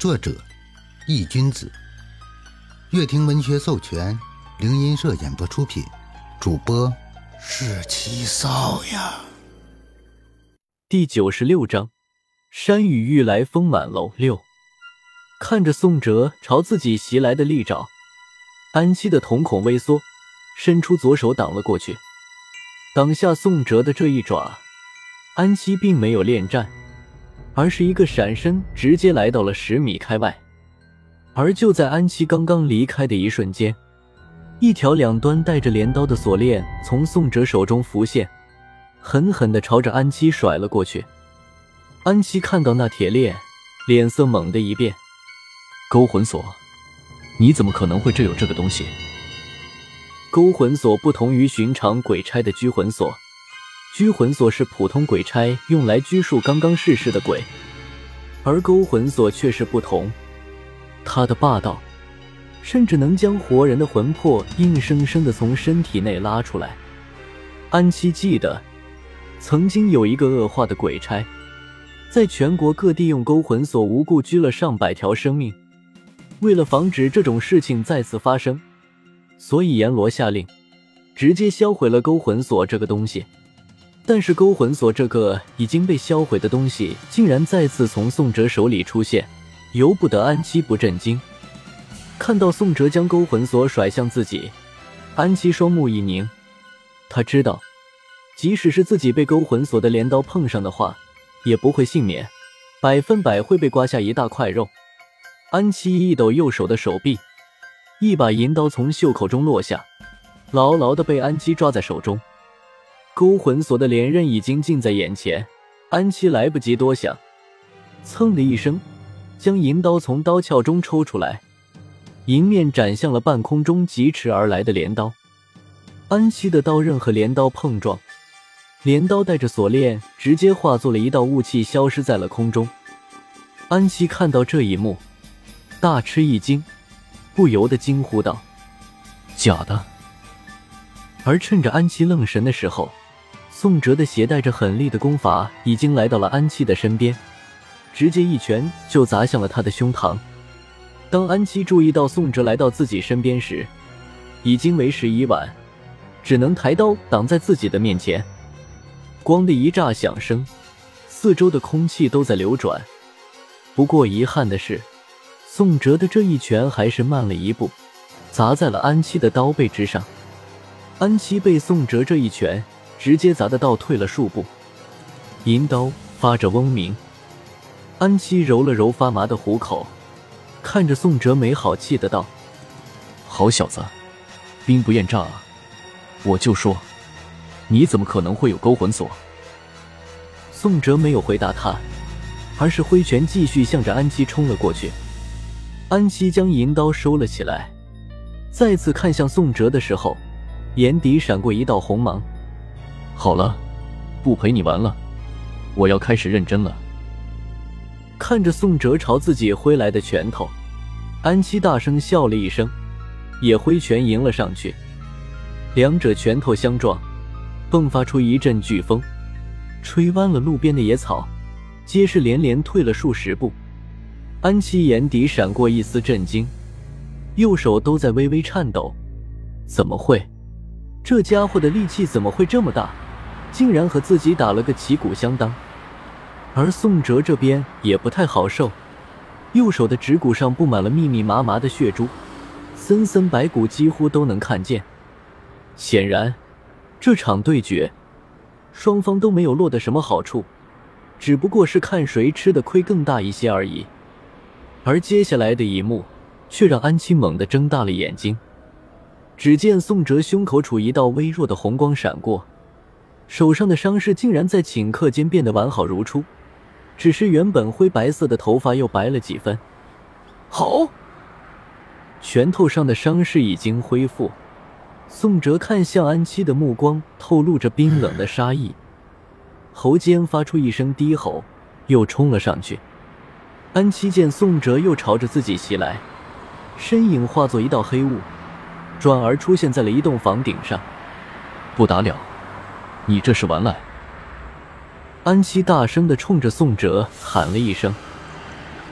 作者易君子，乐亭文学授权，灵音社演播出品，主播是七少呀。 第96章，山雨欲来风满楼6。看着宋哲朝自己袭来的利爪，安七的瞳孔微缩，伸出左手挡了过去。挡下宋哲的这一爪，安七并没有恋战，而是一个闪身直接来到了10米开外。而就在安七刚刚离开的一瞬间，一条两端带着镰刀的锁链从宋哲手中浮现，狠狠地朝着安七甩了过去。安七看到那铁链，脸色猛地一变。 勾魂锁，你怎么可能会有这个东西？ 勾魂锁不同于寻常鬼差的拘魂锁，拘魂锁是普通鬼差用来拘束刚刚逝世的鬼，而勾魂锁却是不同，它的霸道甚至能将活人的魂魄硬生生地从身体内拉出来。安七记得曾经有一个恶化的鬼差，在全国各地用勾魂锁无故拘了上百条生命，为了防止这种事情再次发生，所以阎罗下令直接销毁了勾魂锁这个东西。但是勾魂锁这个已经被销毁的东西竟然再次从宋哲手里出现，由不得安七不震惊。看到宋哲将勾魂锁甩向自己，安七双目一凝，他知道即使是自己被勾魂锁的镰刀碰上的话，也不会幸免，100%会被刮下一大块肉。安七一抖右手的手臂，一把银刀从袖口中落下，牢牢地被安七抓在手中。勾魂锁的连刃已经近在眼前，安七来不及多想，噌的一声将银刀从刀鞘中抽出来，迎面斩向了半空中疾驰而来的镰刀。安七的刀刃和镰刀碰撞，镰刀带着锁链直接化作了一道雾气，消失在了空中。安七看到这一幕，大吃一惊，不由得惊呼道： 假的！ 而趁着安七愣神的时候，宋哲的携带着狠厉的功法已经来到了安七的身边，直接一拳就砸向了他的胸膛。当安七注意到宋哲来到自己身边时，已经为时已晚，只能抬刀挡在自己的面前。咣的一炸响声，四周的空气都在流转。不过遗憾的是，宋哲的这一拳还是慢了一步，砸在了安七的刀背之上。安七被宋哲这一拳直接砸得倒退了数步，银刀发着嗡鸣。安七揉了揉发麻的虎口，看着宋哲没好气的道： 好小子，兵不厌诈啊！我就说，你怎么可能会有勾魂锁？ 宋哲没有回答他，而是挥拳继续向着安七冲了过去。安七将银刀收了起来，再次看向宋哲的时候，眼底闪过一道红芒。 好了，不陪你玩了，我要开始认真了。 看着宋哲朝自己挥来的拳头，安七大声笑了一声，也挥拳迎了上去。两者拳头相撞，迸发出一阵飓风，吹弯了路边的野草，皆是连连退了数十步。安七眼底闪过一丝震惊，右手都在微微颤抖。怎么会？这家伙的力气怎么会这么大？竟然和自己打了个旗鼓相当。而宋哲这边也不太好受，右手的指骨上布满了密密麻麻的血珠，森森白骨几乎都能看见。显然这场对决双方都没有落得什么好处，只不过是看谁吃的亏更大一些而已。而接下来的一幕却让安七猛地睁大了眼睛，只见宋哲胸口处一道微弱的红光闪过，手上的伤势竟然在顷刻间变得完好如初，只是原本灰白色的头发又白了几分。好！拳头上的伤势已经恢复，宋哲看向安七的目光透露着冰冷的杀意，喉间发出一声低吼，又冲了上去。安七见宋哲又朝着自己袭来，身影化作一道黑雾，转而出现在了一栋房顶上。 不打了，你这是玩赖！ 安七大声地冲着宋哲喊了一声。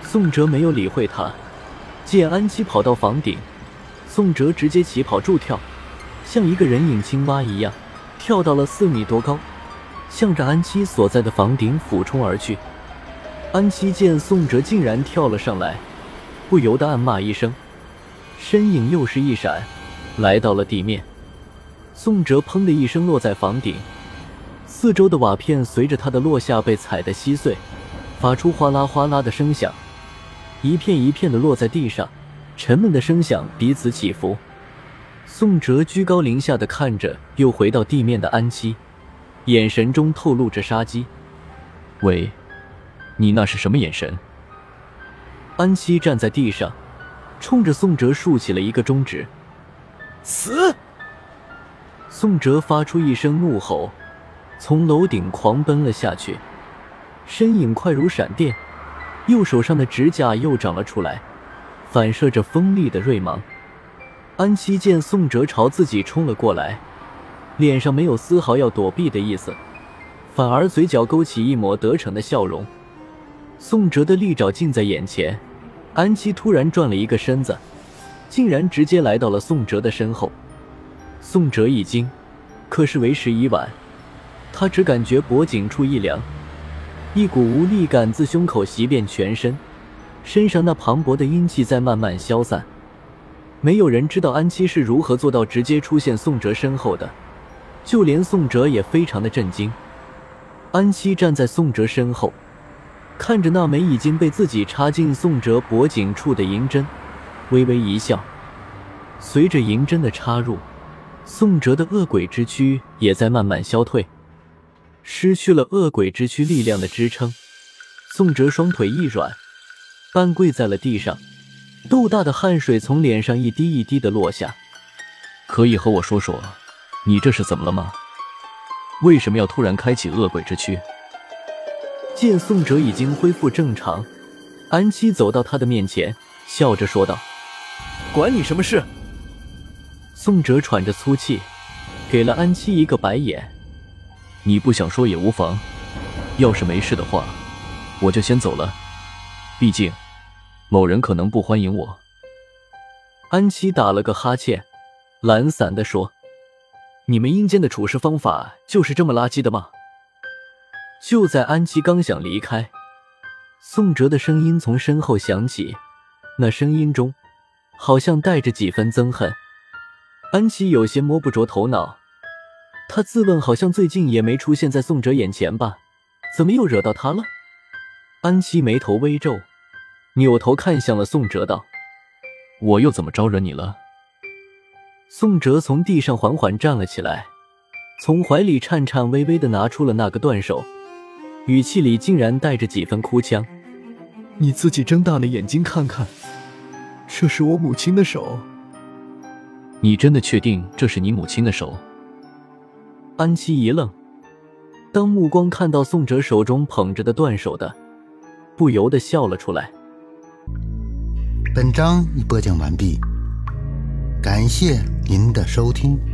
宋哲没有理会他，见安七跑到房顶，宋哲直接起跑助跳，像一个人影青蛙一样跳到了4米多高，向着安七所在的房顶俯冲而去。安七见宋哲竟然跳了上来，不由得暗骂一声，身影又是一闪，来到了地面。宋哲砰的一声落在房顶，四周的瓦片随着他的落下被踩得稀碎，发出哗啦哗啦的声响，一片一片的落在地上，沉闷的声响彼此起伏。宋哲居高临下的看着又回到地面的安七，眼神中透露着杀机。 喂，你那是什么眼神？ 安七站在地上，冲着宋哲竖起了一个中指。 死！ 宋哲发出一声怒吼，从楼顶狂奔了下去，身影快如闪电，右手上的指甲又长了出来，反射着锋利的锐芒。安七见宋哲朝自己冲了过来，脸上没有丝毫要躲避的意思，反而嘴角勾起一抹得逞的笑容。宋哲的利爪近在眼前，安七突然转了一个身子，竟然直接来到了宋哲的身后。宋哲一惊，可是为时已晚，他只感觉脖颈处一凉，一股无力感自胸口袭遍全身，身上那磅礴的阴气在慢慢消散。没有人知道安七是如何做到直接出现宋哲身后的，就连宋哲也非常的震惊。安七站在宋哲身后，看着那枚已经被自己插进宋哲脖颈处的银针，微微一笑。随着银针的插入，宋哲的恶鬼之躯也在慢慢消退，失去了恶鬼之躯力量的支撑，宋哲双腿一软，半跪在了地上，豆大的汗水从脸上一滴一滴的落下。 可以和我说说，你这是怎么了吗？为什么要突然开启恶鬼之躯？ 见宋哲已经恢复正常，安七走到他的面前，笑着说道： 管你什么事？ 宋哲喘着粗气，给了安七一个白眼。 你不想说也无妨，要是没事的话，我就先走了。毕竟，某人可能不欢迎我。 安七打了个哈欠，懒散地说：你们阴间的处事方法就是这么垃圾的吗？就在安七刚想离开，宋哲的声音从身后响起，那声音中好像带着几分憎恨。安七有些摸不着头脑，他自问好像最近也没出现在宋哲眼前吧，怎么又惹到他了？安七眉头微皱，扭头看向了宋哲道： 我又怎么招惹你了？ 宋哲从地上缓缓站了起来，从怀里颤颤巍巍地拿出了那个断手，语气里竟然带着几分哭腔： 你自己睁大了眼睛看看，这是我母亲的手。 你真的确定这是你母亲的手？ 安七一愣，当目光看到宋哲手中捧着的断手的，不由得笑了出来。 本章已播讲完毕，感谢您的收听。